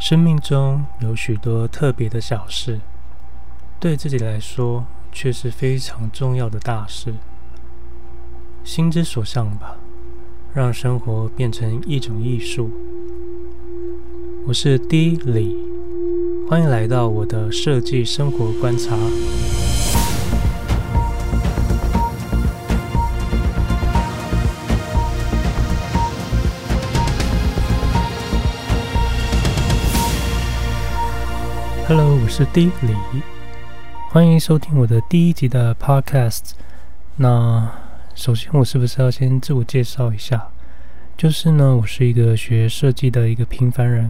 生命中有许多特别的小事，对自己来说却是非常重要的大事。心之所向吧，让生活变成一种艺术。我是 D 李，欢迎来到我的设计生活观察。Hello， 我是 D 李，欢迎收听我的第一集的 Podcast。那首先我是不是要先自我介绍一下？就是呢，我是一个学设计的一个平凡人。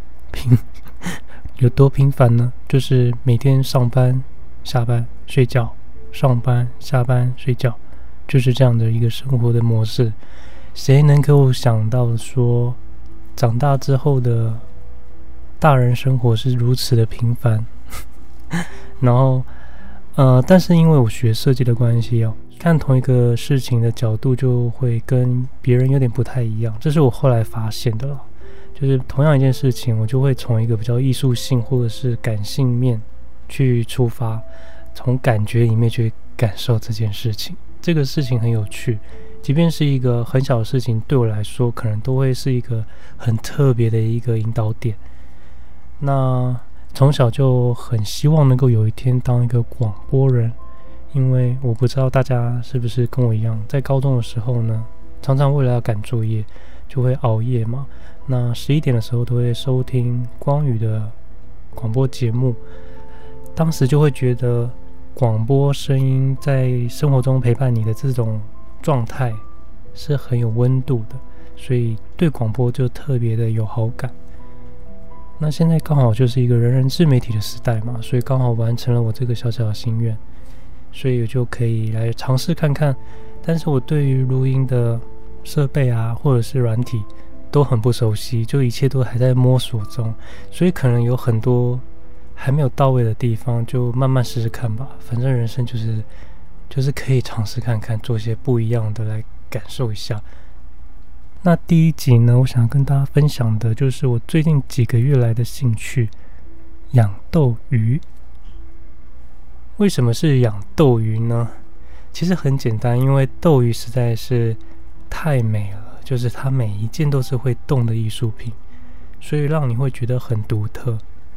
有多平凡呢？就是每天上班、下班、睡觉，上班、下班、睡觉，就是这样的一个生活的模式。谁能够想到说，长大之后的大人生活是如此的平凡？然后，但是因为我学设计的关系看同一个事情的角度就会跟别人有点不太一样，这是我后来发现的了。就是同样一件事情，我就会从一个比较艺术性或者是感性面去出发，从感觉里面去感受这件事情。这个事情很有趣，即便是一个很小的事情，对我来说可能都会是一个很特别的一个引导点。那从小就很希望能够有一天当一个广播人，因为我不知道大家是不是跟我一样，在高中的时候呢，常常为了要赶作业就会熬夜嘛。那11点的时候都会收听光宇的广播节目，当时就会觉得广播声音在生活中陪伴你的这种状态是很有温度的，所以对广播就特别的有好感。那现在刚好就是一个人人自媒体的时代嘛，所以刚好完成了我这个小小的心愿，所以我就可以来尝试看看。但是我对于录音的设备或者是软体都很不熟悉，就一切都还在摸索中，所以可能有很多还没有到位的地方，就慢慢试试看吧。反正人生就是可以尝试看看，做一些不一样的来感受一下。那第一集呢，我想跟大家分享的就是我最近几个月来的兴趣——养斗鱼。为什么是养斗鱼呢？其实很简单，因为斗鱼实在是太美了，就是它每一件都是会动的艺术品，所以让你会觉得很独特。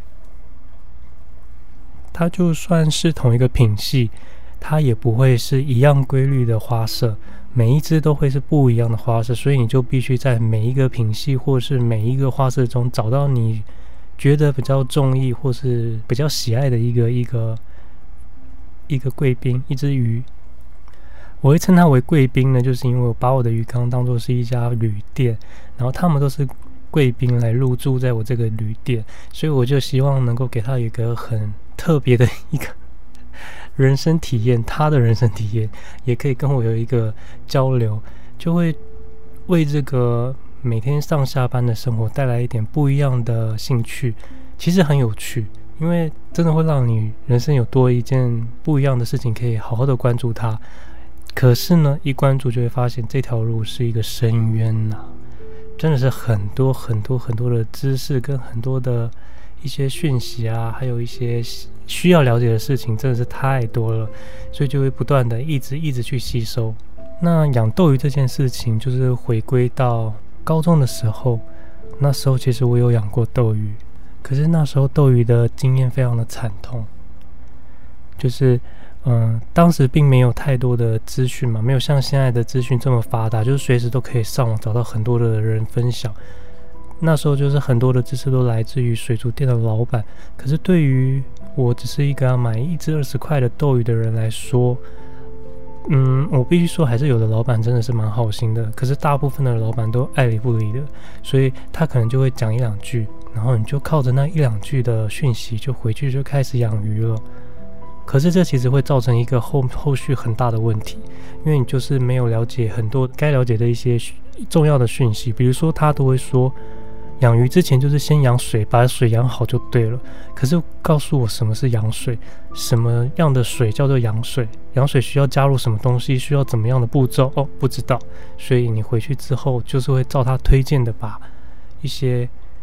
它就算是同一个品系，它也不会是一样规律的花色，每一只都会是不一样的花色，所以你就必须在每一个品系或是每一个花色中找到你觉得比较中意或是比较喜爱的一个贵宾，一只鱼。我会称它为贵宾呢，就是因为我把我的鱼缸当作是一家旅店，然后他们都是贵宾来入住在我这个旅店，所以我就希望能够给他一个很特别的一个人生体验，他的人生体验也可以跟我有一个交流，就会为这个每天上下班的生活带来一点不一样的兴趣。其实很有趣，因为真的会让你人生有多一件不一样的事情可以好好的关注它。可是呢，一关注就会发现这条路是一个深渊真的是很多很多很多的知识跟很多的一些讯息还有一些需要了解的事情真的是太多了，所以就会不断的一直去吸收。那养斗鱼这件事情就是回归到高中的时候，那时候其实我有养过斗鱼，可是那时候斗鱼的经验非常的惨痛，就是当时并没有太多的资讯嘛，没有像现在的资讯这么发达，就是随时都可以上网找到很多的人分享。那时候就是很多的知识都来自于水族店的老板，可是对于我只是一个要买一只20块的斗鱼的人来说，我必须说还是有的老板真的是蛮好心的，可是大部分的老板都爱理不理的，所以他可能就会讲一两句，然后你就靠着那一两句的讯息就回去就开始养鱼了。可是这其实会造成一个后续很大的问题，因为你就是没有了解很多该了解的一些重要的讯息，比如说他都会说养鱼之前就是先养水，把水养好就对了。可是告诉我什么是养水，什么样的水叫做养水，养水需要加入什么东西，需要怎么样的步骤不知道。所以你回去之后就是会照他推荐的把一些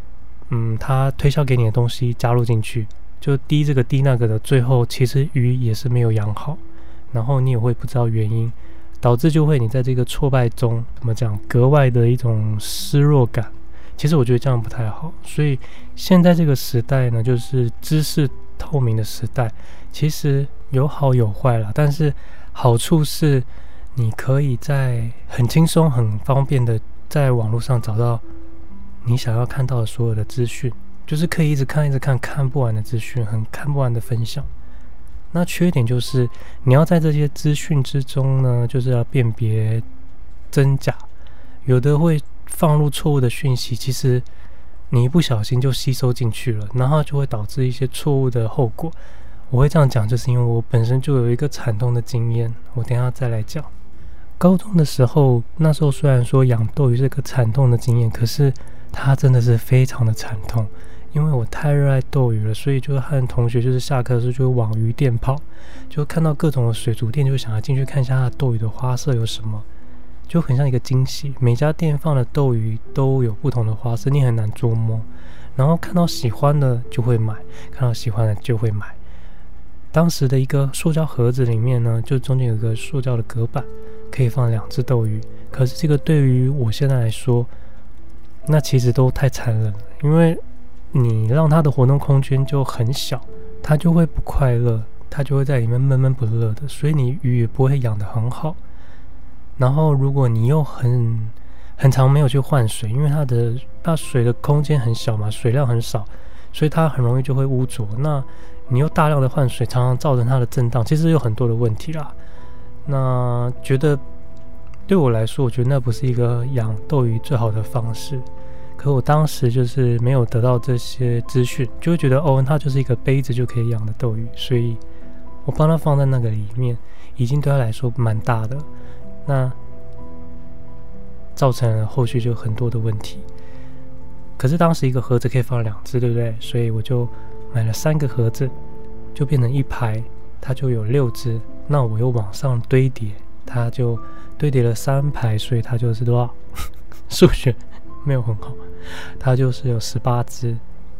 他推销给你的东西加入进去，就滴这个滴那个的，最后其实鱼也是没有养好，然后你也会不知道原因，导致就会你在这个挫败中怎么讲，格外的一种失落感。其实我觉得这样不太好，所以现在这个时代呢，就是知识透明的时代，其实有好有坏啦，但是好处是你可以在很轻松很方便的在网络上找到你想要看到的所有的资讯，就是可以一直看看不完的资讯，看不完的分享。那缺点就是你要在这些资讯之中呢，就是要辨别真假，有的会放入错误的讯息，其实你一不小心就吸收进去了，然后就会导致一些错误的后果。我会这样讲，就是因为我本身就有一个惨痛的经验，我等一下再来讲。高中的时候，那时候虽然说养斗鱼是个惨痛的经验，可是它真的是非常的惨痛，因为我太热爱斗鱼了，所以就和同学就是下课的时候就往鱼店跑，就看到各种的水族店，就想要进去看一下它的斗鱼的花色有什么，就很像一个惊喜。每家店放的斗鱼都有不同的花色，你很难捉摸，然后看到喜欢的就会买，看到喜欢的就会买。当时的一个塑胶盒子里面呢，就中间有一个塑胶的隔板，可以放2只斗鱼。可是这个对于我现在来说，那其实都太残忍了，因为你让它的活动空间就很小，它就会不快乐，它就会在里面闷闷不乐的，所以你鱼也不会养得很好。然后如果你又很常没有去换水，因为它水的空间很小嘛，水量很少，所以它很容易就会污浊。那你又大量的换水，常常造成它的震荡，其实有很多的问题啦。那觉得对我来说，我觉得那不是一个养斗鱼最好的方式。可我当时就是没有得到这些资讯，就会觉得它就是一个杯子就可以养的斗鱼，所以我帮它放在那个里面，已经对它来说蛮大的。那造成了后续就很多的问题。可是当时一个盒子可以放2只，对不对？所以我就买了3个盒子，就变成一排，它就有6只。那我又往上堆叠，它就堆叠了3排，所以它就是多少？数学没有很好，它就是有18只。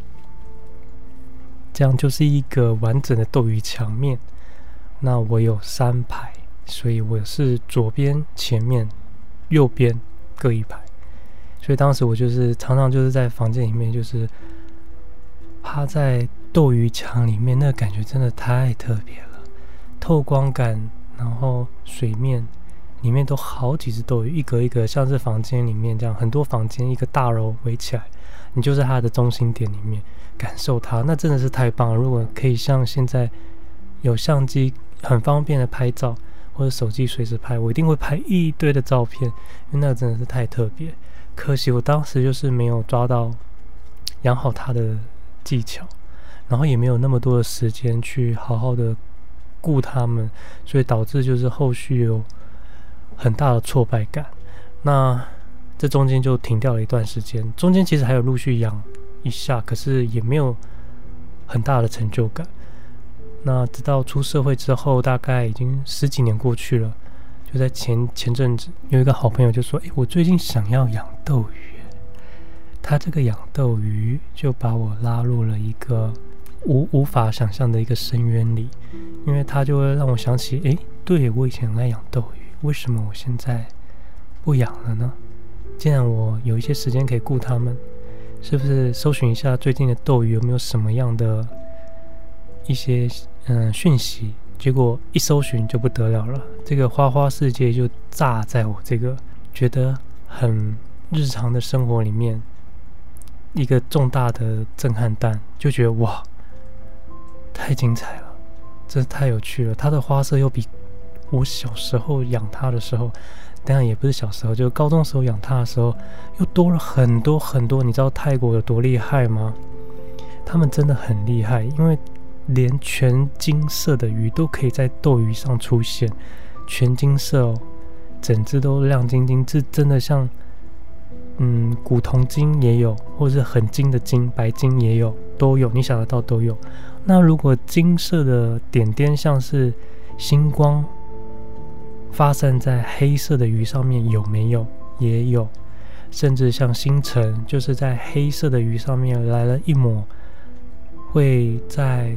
这样就是一个完整的斗鱼墙面。那我有3排，所以我是左边、前面、右边各1排。所以当时我就是常常就是在房间里面，就是趴在斗鱼墙里面，那个感觉真的太特别了，透光感，然后水面里面都好几只斗鱼，一格一格，像是房间里面这样，很多房间一个大楼围起来，你就是它的中心点里面感受它，那真的是太棒了。如果可以像现在有相机很方便的拍照，或者手机随时拍，我一定会拍一堆的照片，因为那真的是太特别。可惜我当时就是没有抓到养好它的技巧，然后也没有那么多的时间去好好的顾它们，所以导致就是后续有很大的挫败感。那这中间就停掉了一段时间，中间其实还有陆续养一下，可是也没有很大的成就感。那直到出社会之后，大概已经10几年过去了，就在前阵子有一个好朋友就说，我最近想要养斗鱼。他这个养斗鱼就把我拉入了一个无法想象的一个深渊里，因为他就会让我想起，对，我以前很爱养斗鱼，为什么我现在不养了呢？既然我有一些时间可以顾他们，是不是搜寻一下最近的斗鱼有没有什么样的一些讯息？结果一搜寻就不得了了，这个花花世界就炸在我这个觉得很日常的生活里面，一个重大的震撼弹，就觉得哇，太精彩了，这太有趣了。它的花色又比我小时候养它的时候，当然也不是小时候，就是高中时候养它的时候，又多了很多很多。你知道泰国有多厉害吗？他们真的很厉害，因为连全金色的鱼都可以在斗鱼上出现，全金色哦，整只都亮晶晶，这真的像古铜金也有，或者是很金的金，白金也有，都有，你想得到都有。那如果金色的点点像是星光发散在黑色的鱼上面，有没有？也有。 甚至像星辰，就是在黑色的鱼上面来了一抹会在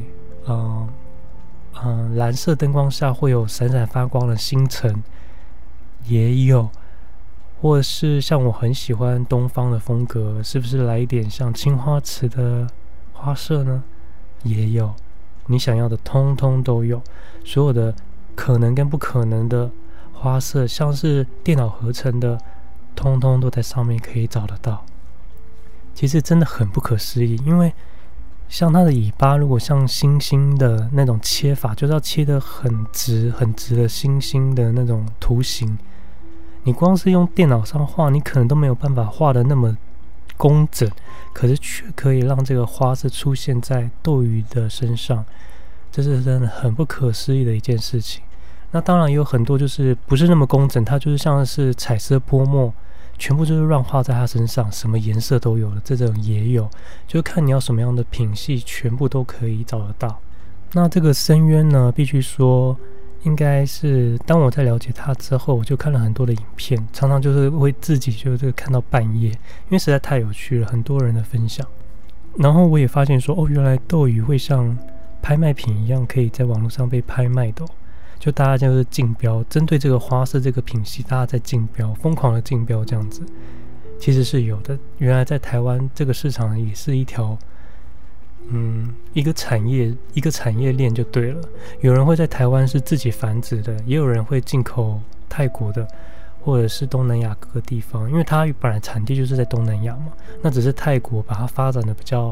蓝色灯光下会有闪闪发光的星辰也有，或者是像我很喜欢东方的风格，是不是来一点像青花瓷的花色呢？也有，你想要的通通都有，所有的可能跟不可能的花色，像是电脑合成的，通通都在上面可以找得到。其实真的很不可思议，因为像它的尾巴，如果像星星的那种切法，就是要切得很直很直的星星的那种图形，你光是用电脑上画，你可能都没有办法画得那么工整，可是却可以让这个花色出现在斗鱼的身上，这是真的很不可思议的一件事情。那当然也有很多就是不是那么工整，它就是像是彩色泼墨，全部就是乱画在它身上，什么颜色都有的，这种也有，就看你要什么样的品系，全部都可以找得到。那这个深渊呢，必须说应该是当我在了解它之后，我就看了很多的影片，常常就是会自己就是看到半夜，因为实在太有趣了，很多人的分享。然后我也发现说，原来斗鱼会像拍卖品一样，可以在网络上被拍卖的就大家就是竞标，针对这个花色这个品系，大家在竞标，疯狂的竞标这样子，其实是有的。原来在台湾这个市场也是一条一个产业链就对了。有人会在台湾是自己繁殖的，也有人会进口泰国的，或者是东南亚各个地方，因为它本来产地就是在东南亚嘛，那只是泰国把它发展的比较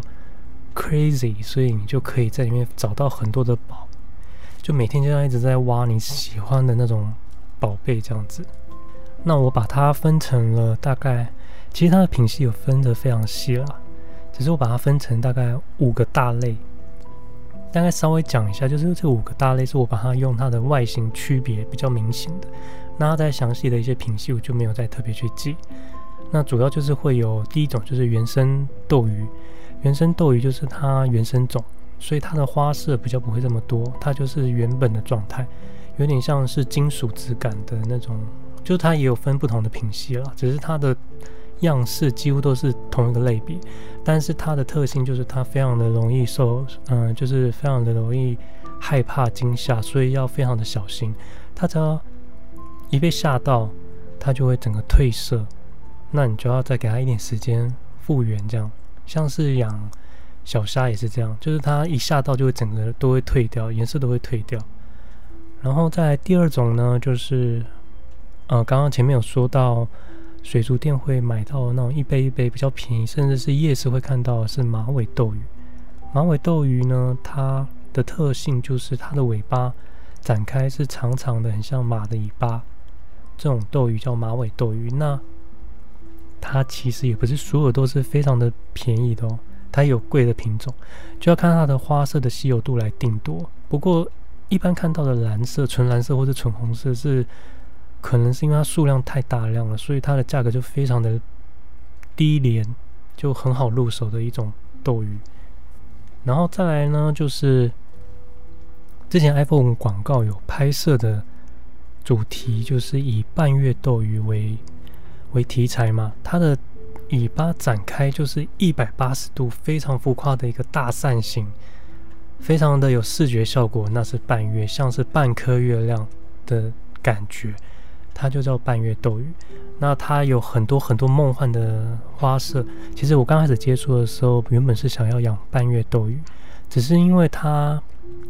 crazy， 所以你就可以在里面找到很多的宝，就每天就这样一直在挖你喜欢的那种宝贝这样子。那我把它分成了大概，其实它的品系有分得非常细啦，只是我把它分成大概5个大类，大概稍微讲一下，就是这5个大类是我把它用它的外形区别比较明显的，那它在详细的一些品系我就没有再特别去记。那主要就是会有第一种就是原生斗鱼，原生斗鱼就是它原生种，所以它的花色比较不会这么多，它就是原本的状态，有点像是金属质感的那种，就它也有分不同的品系啦，只是它的样式几乎都是同一个类别，但是它的特性就是它非常的容易就是非常的容易害怕惊吓，所以要非常的小心。它只要一被吓到，它就会整个褪色，那你就要再给它一点时间复原，这样像是养小虾也是这样，就是它一吓到就会整个都会退掉，颜色都会退掉。然后再来第二种呢，就是刚刚前面有说到水族店会买到那种一杯一杯比较便宜，甚至是夜市会看到的是马尾斗鱼。马尾斗鱼呢，它的特性就是它的尾巴展开是长长的，很像马的尾巴，这种斗鱼叫马尾斗鱼。那它其实也不是所有都是非常的便宜的它有贵的品种，就要看它的花色的稀有度来定夺。不过一般看到的蓝色、纯蓝色或者纯红色是可能是因为它数量太大量了，所以它的价格就非常的低廉，就很好入手的一种斗鱼。然后再来呢，就是之前 iPhone 广告有拍摄的主题，就是以半月斗鱼为题材嘛，它的尾巴展开就是180度，非常浮夸的一个大扇形，非常的有视觉效果，那是半月，像是半颗月亮的感觉，它就叫半月斗鱼。那它有很多很多梦幻的花色。其实我刚开始接触的时候，原本是想要养半月斗鱼，只是因为它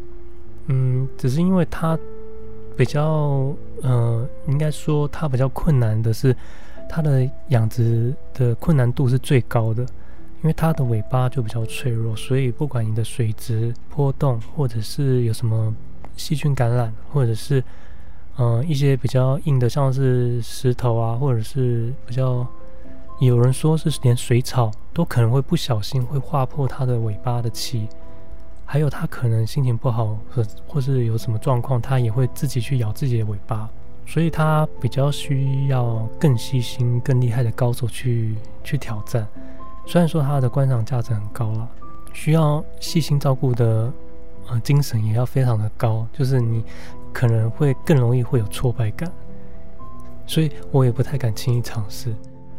比较应该说它比较困难的是，它的养殖的困难度是最高的，因为它的尾巴就比较脆弱，所以不管你的水质波动，或者是有什么细菌感染，或者是一些比较硬的，像是石头啊，或者是比较有人说是连水草都可能会不小心会划破它的尾巴的鳍，还有它可能心情不好或是有什么状况，它也会自己去咬自己的尾巴，所以它比较需要更细心更厉害的高手去挑战。虽然说它的观赏价值很高啦，需要细心照顾的精神也要非常的高，就是你可能会更容易会有挫败感，所以我也不太敢轻易尝试。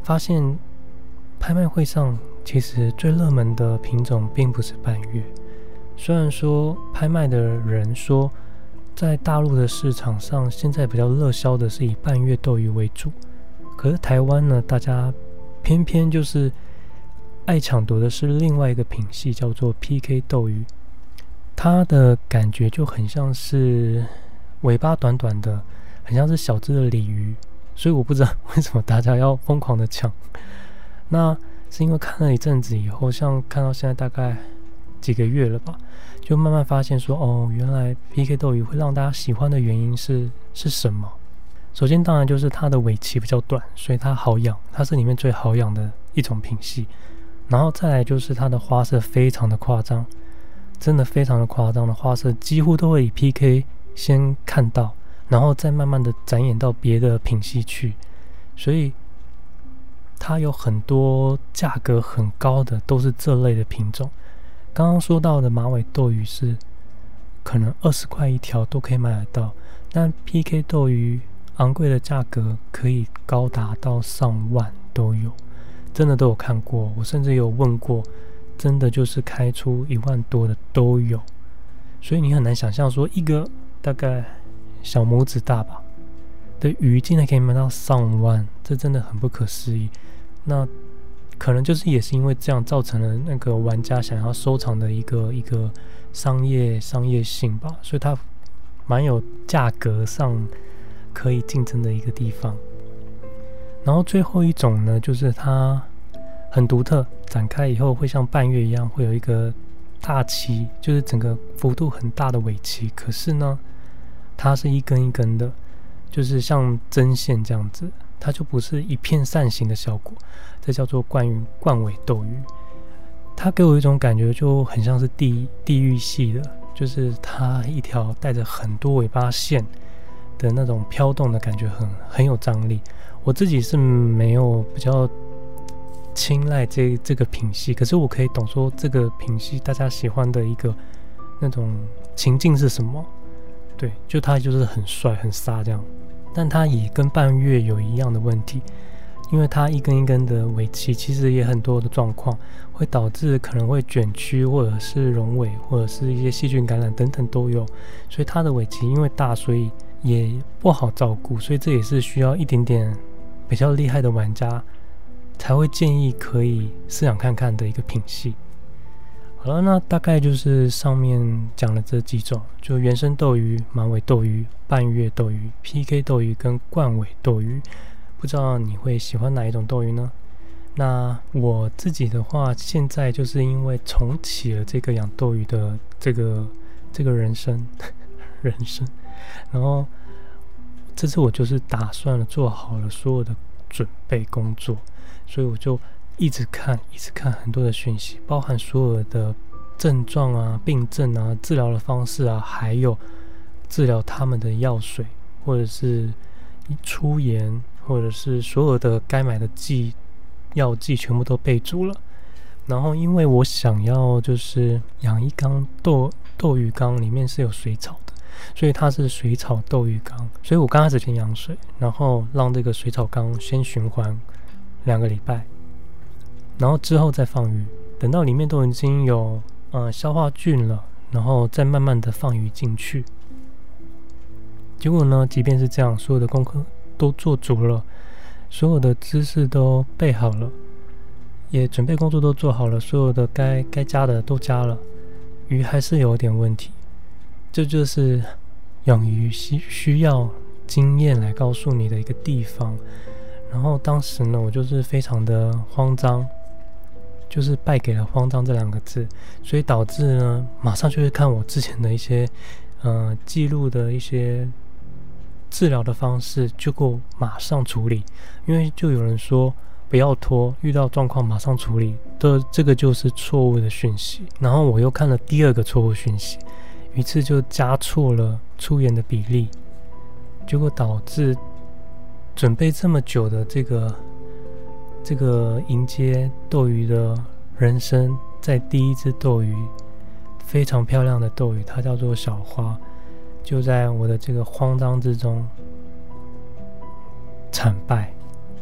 发现拍卖会上其实最热门的品种并不是半月。虽然说拍卖的人说在大陆的市场上现在比较热销的是以半月斗鱼为主，可是台湾呢，大家偏偏就是爱抢夺的是另外一个品系，叫做 PK 斗鱼。它的感觉就很像是尾巴短短的，很像是小只的鲤鱼，所以我不知道为什么大家要疯狂的抢。那是因为看了一阵子以后，像看到现在大概几个月了吧，就慢慢发现说，原来 PK 斗鱼会让大家喜欢的原因是什么？首先当然就是它的尾鳍比较短，所以它好养，它是里面最好养的一种品系。然后再来就是它的花色非常的夸张，真的非常的夸张的花色，几乎都会以 PK 先看到，然后再慢慢的展演到别的品系去，所以它有很多价格很高的都是这类的品种。刚刚说到的马尾斗鱼是可能20块一条都可以买得到，但 PK 斗鱼昂贵的价格可以高达到上万都有，真的都有看过，我甚至有问过，真的就是开出1万多的都有。所以你很难想象说一个大概小拇指大吧的鱼竟然可以卖到上万，这真的很不可思议。那可能就是也是因为这样造成了那个玩家想要收藏的一个商业性吧，所以它蛮有价格上可以竞争的一个地方。然后最后一种呢，就是它很独特，展开以后会像半月一样，会有一个大鳍，就是整个幅度很大的尾鳍，可是呢它是一根一根的，就是像针线这样子，它就不是一片扇形的效果，这叫做冠尾斗鱼。它给我一种感觉就很像是地狱系的，就是它一条带着很多尾巴线的那种飘动的感觉，很有张力。我自己是没有比较青睐这个品系，可是我可以懂说这个品系大家喜欢的一个那种情境是什么。对，就它就是很帅很杀这样，但它也跟半月有一样的问题，因为它一根一根的尾鳍其实也很多的状况，会导致可能会卷曲或者是溶尾或者是一些细菌感染等等都有，所以它的尾鳍因为大，所以也不好照顾，所以这也是需要一点点比较厉害的玩家才会建议可以饲养看看的一个品系。好了，那大概就是上面讲了这几种，就原生斗鱼、马尾斗鱼、半月斗鱼、PK 斗鱼跟冠尾斗鱼。不知道你会喜欢哪一种斗鱼呢？那我自己的话，现在就是因为重启了这个养斗鱼的这个人生，然后这次我就是打算了做好了所有的准备工作，所以我就一直看很多的讯息，包含所有的症状啊、病症啊、治疗的方式啊，还有治疗他们的药水，或者是出盐，或者是所有的该买的药剂全部都备注了。然后因为我想要就是养一缸斗鱼缸，里面是有水草的，所以它是水草斗鱼缸，所以我刚开始先养水，然后让这个水草缸先循环2个礼拜，然后之后再放鱼，等到里面都已经有消化菌了，然后再慢慢的放鱼进去。结果呢，即便是这样，所有的功课都做足了，所有的知识都备好了，也准备工作都做好了，所有的该加的都加了，鱼还是有点问题。这就是养鱼需要经验来告诉你的一个地方。然后当时呢，我就是非常的慌张，就是败给了慌张这2个字，所以导致呢，马上就会看我之前的一些记录的一些治疗的方式，就够马上处理。因为就有人说不要拖，遇到状况马上处理的，这个就是错误的讯息。然后我又看了第2个错误讯息，于是就加错了出盐的比例，结果导致准备这么久的这个迎接斗鱼的人生，在第一只斗鱼，非常漂亮的斗鱼，它叫做小花，就在我的这个慌张之中惨败。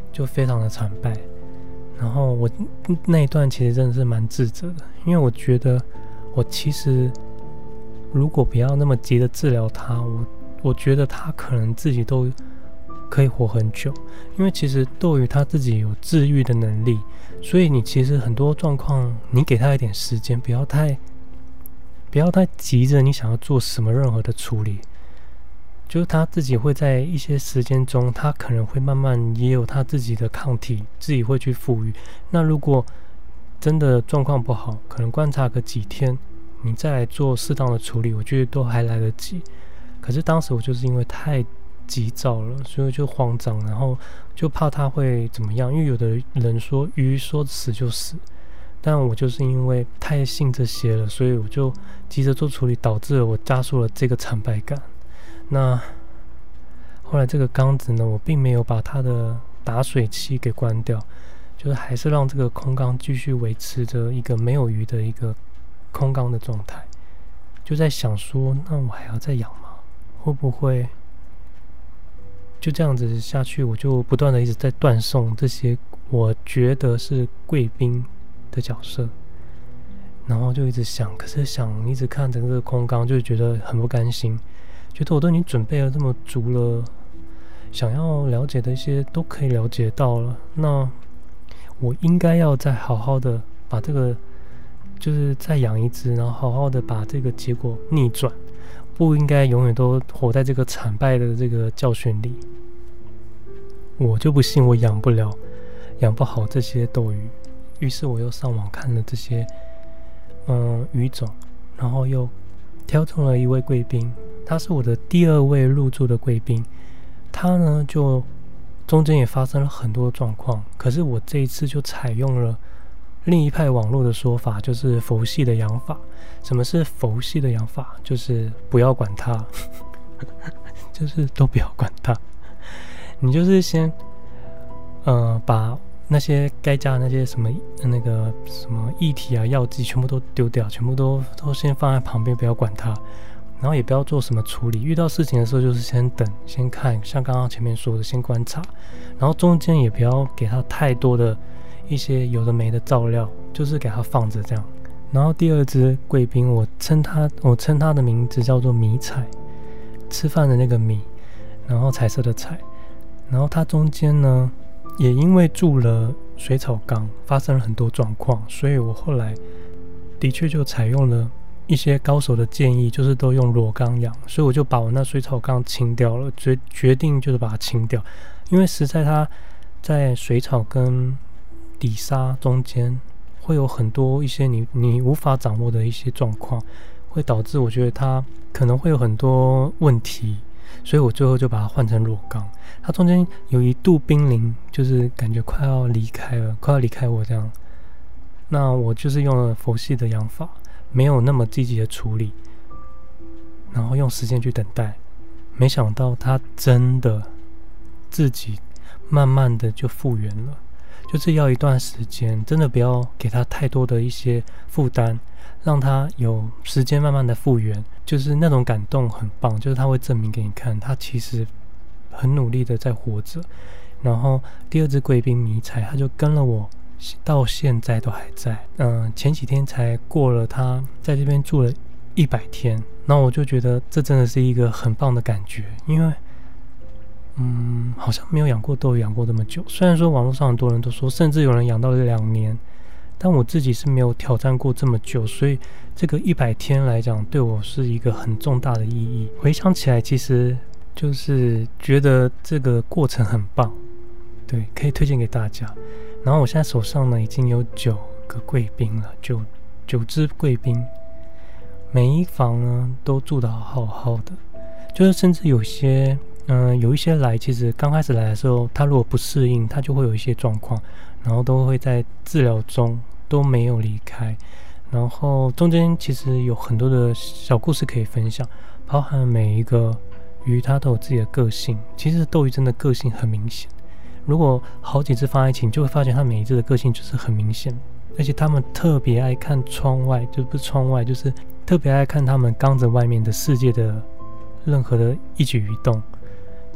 就非常的惨败。然后我那一段其实真的是蛮自责的，因为我觉得我其实如果不要那么急的治疗他，我觉得他可能自己都可以活很久，因为其实斗鱼他自己有治愈的能力，所以你其实很多状况你给他一点时间，不要太急着你想要做什么任何的处理，就是他自己会在一些时间中，他可能会慢慢也有他自己的抗体，自己会去复愈。那如果真的状况不好，可能观察个几天，你再来做适当的处理，我觉得都还来得及。可是当时我就是因为太急躁了，所以就慌张，然后就怕他会怎么样，因为有的人说鱼说死就死，但我就是因为太信这些了，所以我就急着做处理，导致了我加速了这个惨败感。那后来这个缸子呢，我并没有把它的打水器给关掉，就是还是让这个空缸继续维持着一个没有鱼的一个空缸的状态。就在想说，那我还要再养吗？会不会就这样子下去，我就不断的一直在断送这些我觉得是贵宾的角色，然后就一直想，可是想一直看整个空缸，就觉得很不甘心，觉得我都已经准备了这么足了，想要了解的一些都可以了解到了，那我应该要再好好的把这个就是再养一只，然后好好的把这个结果逆转，不应该永远都活在这个惨败的这个教训里。我就不信我养不好这些斗鱼，于是我又上网看了这些鱼种，然后又挑中了一位贵宾，他是我的第2位入住的贵宾。他呢就中间也发生了很多状况，可是我这一次就采用了另一派网络的说法，就是佛系的养法。什么是佛系的养法？就是不要管它就是都不要管它，你就是先把那些该加的那些什么液体啊药剂全部都丢掉，全部都先放在旁边，不要管它，然后也不要做什么处理。遇到事情的时候就是先等先看，像刚刚前面说的先观察，然后中间也不要给它太多的一些有的没的照料，就是给它放着这样。然后第2只贵宾，我称它的名字叫做米彩，吃饭的那个米，然后彩色的彩。然后它中间呢也因为住了水草缸发生了很多状况，所以我后来的确就采用了一些高手的建议，就是都用裸缸养，所以我就把我那水草缸清掉了，决定就是把它清掉，因为实在它在水草跟底沙中间会有很多一些你无法掌握的一些状况，会导致我觉得它可能会有很多问题，所以我最后就把它换成裸缸。它中间有一度濒临，就是感觉快要离开我这样。那我就是用了佛系的养法，没有那么积极的处理，然后用时间去等待。没想到它真的自己慢慢的就复原了，就是要一段时间，真的不要给他太多的一些负担，让他有时间慢慢的复原，就是那种感动很棒，就是他会证明给你看，他其实很努力的在活着。然后第2只贵宾迷彩，他就跟了我到现在都还在，前几天才过了他在这边住了100天，然后我就觉得这真的是一个很棒的感觉，因为好像没有养过斗鱼养过这么久。虽然说网络上很多人都说，甚至有人养到了2年，但我自己是没有挑战过这么久，所以这个100天来讲，对我是一个很重大的意义。回想起来，其实就是觉得这个过程很棒，对，可以推荐给大家。然后我现在手上呢已经有9个贵宾了，9只贵宾，每一房呢都住得好好的，就是甚至有一些来，其实刚开始来的时候，他如果不适应，他就会有一些状况，然后都会在治疗中都没有离开。然后中间其实有很多的小故事可以分享，包含每一个鱼它都有自己的个性。其实斗鱼真的个性很明显，如果好几只放在一起，你就会发现它每一只的个性就是很明显，而且他们特别爱看窗外，就不是窗外，就是特别爱看他们缸子外面的世界的任何的一举一动。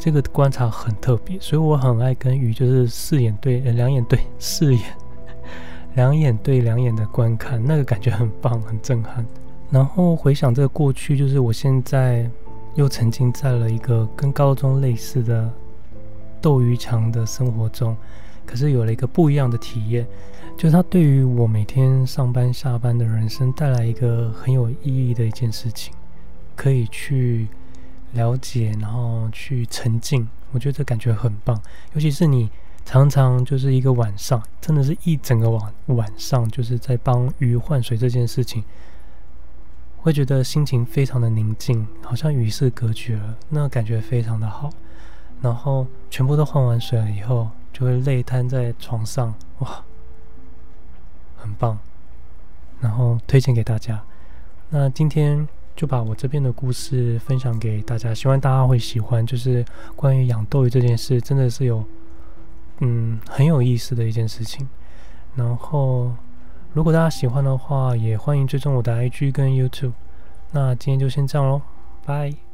这个观察很特别，所以我很爱跟鱼就是两眼对两眼的观看，那个感觉很棒，很震撼。然后回想这个过去，就是我现在又沉浸在了一个跟高中类似的斗鱼墙的生活中，可是有了一个不一样的体验，就是它对于我每天上班下班的人生带来一个很有意义的一件事情，可以去了解，然后去沉浸，我觉得这感觉很棒。尤其是你常常就是一个晚上，真的是一整个晚上就是在帮鱼换水这件事情，会觉得心情非常的宁静，好像与世隔绝了，那感觉非常的好。然后全部都换完水了以后，就会累瘫在床上，哇，很棒。然后推荐给大家。那今天就把我这边的故事分享给大家，希望大家会喜欢。就是关于养斗鱼这件事，真的是很有意思的一件事情。然后如果大家喜欢的话，也欢迎追踪我的 IG 跟 YouTube。那今天就先这样咯，拜。